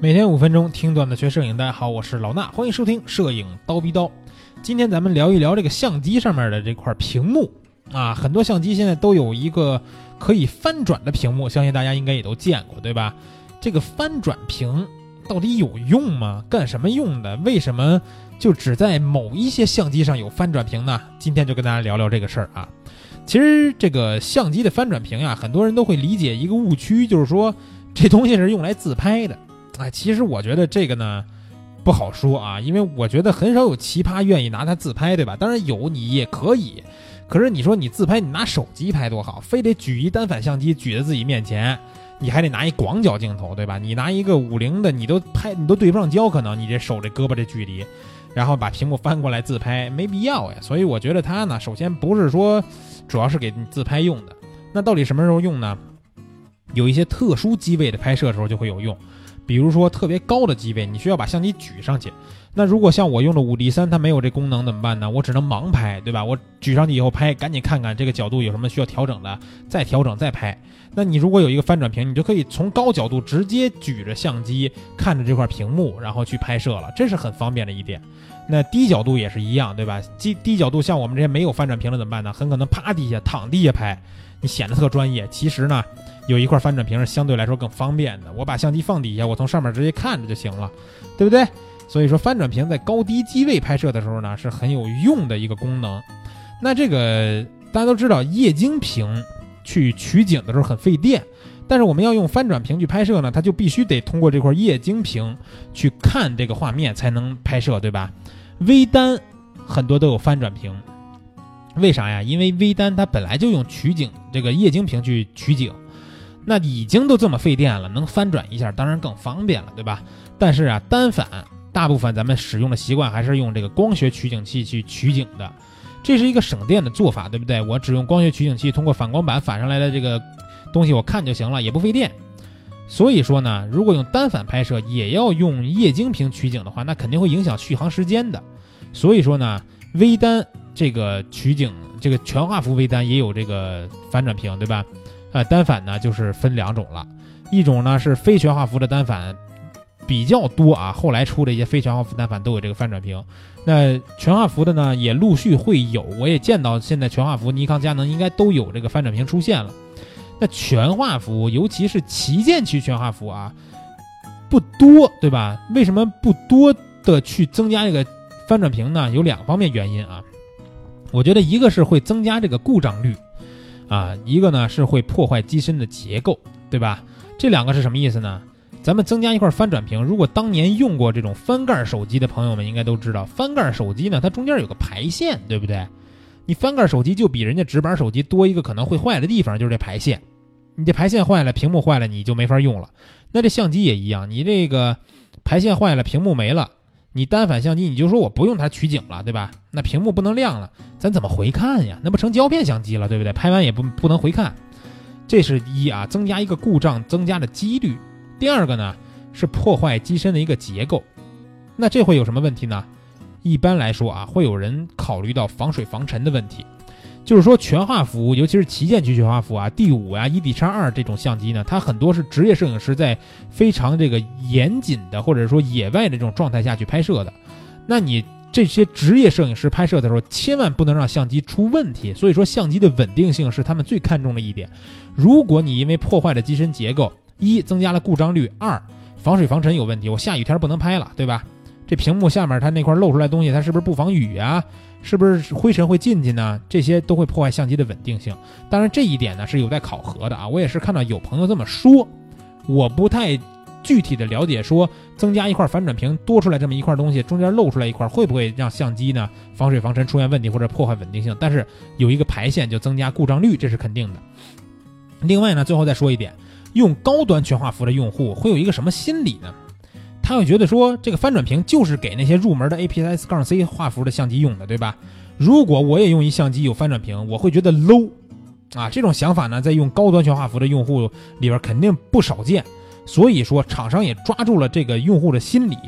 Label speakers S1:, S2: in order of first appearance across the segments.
S1: 每天5分钟听段子学摄影，大家好，我是老衲，欢迎收听摄影刀逼刀。今天咱们聊一聊这个相机上面的这块屏幕啊，很多相机现在都有一个可以翻转的屏幕，相信大家应该也都见过，对吧？这个翻转屏到底有用吗？干什么用的？为什么就只在某一些相机上有翻转屏呢？今天就跟大家聊聊这个事儿啊。其实这个相机的翻转屏呀，很多人都会理解一个误区，就是说这东西是用来自拍的。其实我觉得这个呢不好说啊，因为我觉得很少有奇葩愿意拿它自拍，对吧？当然有你也可以，可是你说你自拍，你拿手机拍多好，非得举一单反相机举在自己面前，你还得拿一广角镜头，对吧？你拿一个50的，你都对不上焦，可能你这手这胳膊这距离，然后把屏幕翻过来自拍，没必要呀。所以我觉得它呢，首先不是说主要是给你自拍用的，那到底什么时候用呢？有一些特殊机位的拍摄的时候就会有用。比如说特别高的机位，你需要把相机举上去，那如果像我用的5D3它没有这功能怎么办呢？我只能盲拍，对吧？我举上去以后拍，赶紧看看这个角度有什么需要调整的，再调整再拍。那你如果有一个翻转屏，你就可以从高角度直接举着相机看着这块屏幕，然后去拍摄了，这是很方便的一点。那低角度也是一样，对吧？低角度像我们这些没有翻转屏的怎么办呢？很可能趴地下躺地下拍，你显得特专业。其实呢，有一块翻转屏是相对来说更方便的，我把相机放底下，我从上面直接看着就行了，对不对？所以说翻转屏在高低机位拍摄的时候呢，是很有用的一个功能。那这个大家都知道，液晶屏去取景的时候很费电，但是我们要用翻转屏去拍摄呢，它就必须得通过这块液晶屏去看这个画面才能拍摄，对吧？微单很多都有翻转屏，为啥呀？因为微单它本来就用取景这个液晶屏去取景，那已经都这么费电了，能翻转一下当然更方便了，对吧？但是啊，单反大部分咱们使用的习惯还是用这个光学取景器去取景的，这是一个省电的做法，对不对？我只用光学取景器，通过反光板反上来的这个东西我看就行了，也不费电。所以说呢，如果用单反拍摄也要用液晶屏取景的话，那肯定会影响续航时间的。所以说呢，微单这个取景，这个全画幅微单也有这个翻转屏，对吧？单反呢就是分两种了，一种呢是非全画幅的单反比较多啊，后来出的一些非全画幅单反都有这个翻转屏。那全画幅的呢也陆续会有，我也见到现在全画幅尼康、佳能应该都有这个翻转屏出现了。那全画幅尤其是旗舰区全画幅啊不多，对吧？为什么不多的去增加这个翻转屏呢？有两方面原因啊。我觉得一个是会增加这个故障率啊，一个呢是会破坏机身的结构，对吧？这两个是什么意思呢？咱们增加一块翻转屏，如果当年用过这种翻盖手机的朋友们应该都知道，翻盖手机呢它中间有个排线，对不对？你翻盖手机就比人家直板手机多一个可能会坏的地方，就是这排线。你这排线坏了，屏幕坏了，你就没法用了。那这相机也一样，你这个排线坏了，屏幕没了，你单反相机你就说我不用它取景了，对吧？那屏幕不能亮了，咱怎么回看呀？那不成胶片相机了，对不对？拍完也不能回看。这是一啊，增加一个故障增加的几率。第二个呢是破坏机身的一个结构。那这会有什么问题呢？一般来说啊，会有人考虑到防水防尘的问题。就是说全画幅，尤其是旗舰区全画幅啊，D5啊、1D2这种相机呢，它很多是职业摄影师在非常这个严谨的或者说野外的这种状态下去拍摄的。那你这些职业摄影师拍摄的时候，千万不能让相机出问题。所以说相机的稳定性是他们最看重的一点。如果你因为破坏了机身结构，一增加了故障率，二防水防尘有问题，我下雨天不能拍了，对吧？这屏幕下面它那块露出来的东西，它是不是不防雨啊？是不是灰尘会进去呢？这些都会破坏相机的稳定性。当然这一点呢是有待考核的啊，我也是看到有朋友这么说，我不太具体的了解说增加一块反转屏多出来这么一块东西，中间露出来一块会不会让相机呢防水防尘出现问题或者破坏稳定性，但是有一个排线就增加故障率，这是肯定的。另外呢，最后再说一点，用高端全画幅的用户会有一个什么心理呢？他会觉得说这个翻转屏就是给那些入门的 APS-C 画幅的相机用的，对吧？如果我也用一相机有翻转屏，我会觉得 low 啊。这种想法呢在用高端全画幅的用户里边肯定不少见。所以说厂商也抓住了这个用户的心理，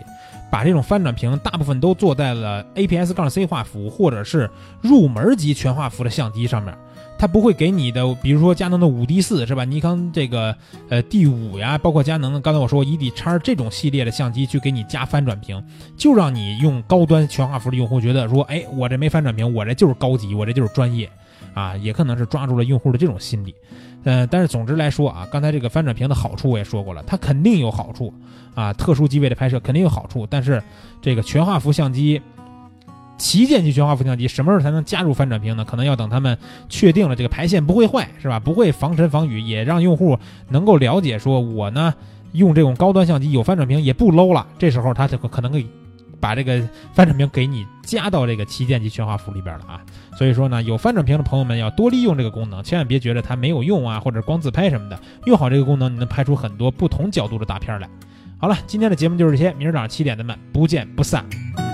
S1: 把这种翻转屏大部分都做在了 APS-C 画幅或者是入门级全画幅的相机上面。它不会给你的，比如说佳能的5D4是吧？尼康这个D5呀，包括佳能刚才我说ED-X这种系列的相机去给你加翻转屏，就让你用高端全画幅的用户觉得说，哎，我这没翻转屏，我这就是高级，我这就是专业啊，也可能是抓住了用户的这种心理。但是总之来说啊，刚才这个翻转屏的好处我也说过了，它肯定有好处啊，特殊机位的拍摄肯定有好处，但是这个全画幅相机。旗舰级全画幅相机什么时候才能加入翻转屏呢？可能要等他们确定了这个排线不会坏，是吧？不会防尘防雨，也让用户能够了解说，我呢用这种高端相机有翻转屏也不 low 了。这时候他就可能可以把这个翻转屏给你加到这个旗舰级全画幅里边了啊。所以说呢，有翻转屏的朋友们要多利用这个功能，千万别觉得它没有用啊，或者光自拍什么的。用好这个功能，你能拍出很多不同角度的大片来。好了，今天的节目就是这些，明儿早上7点咱们不见不散。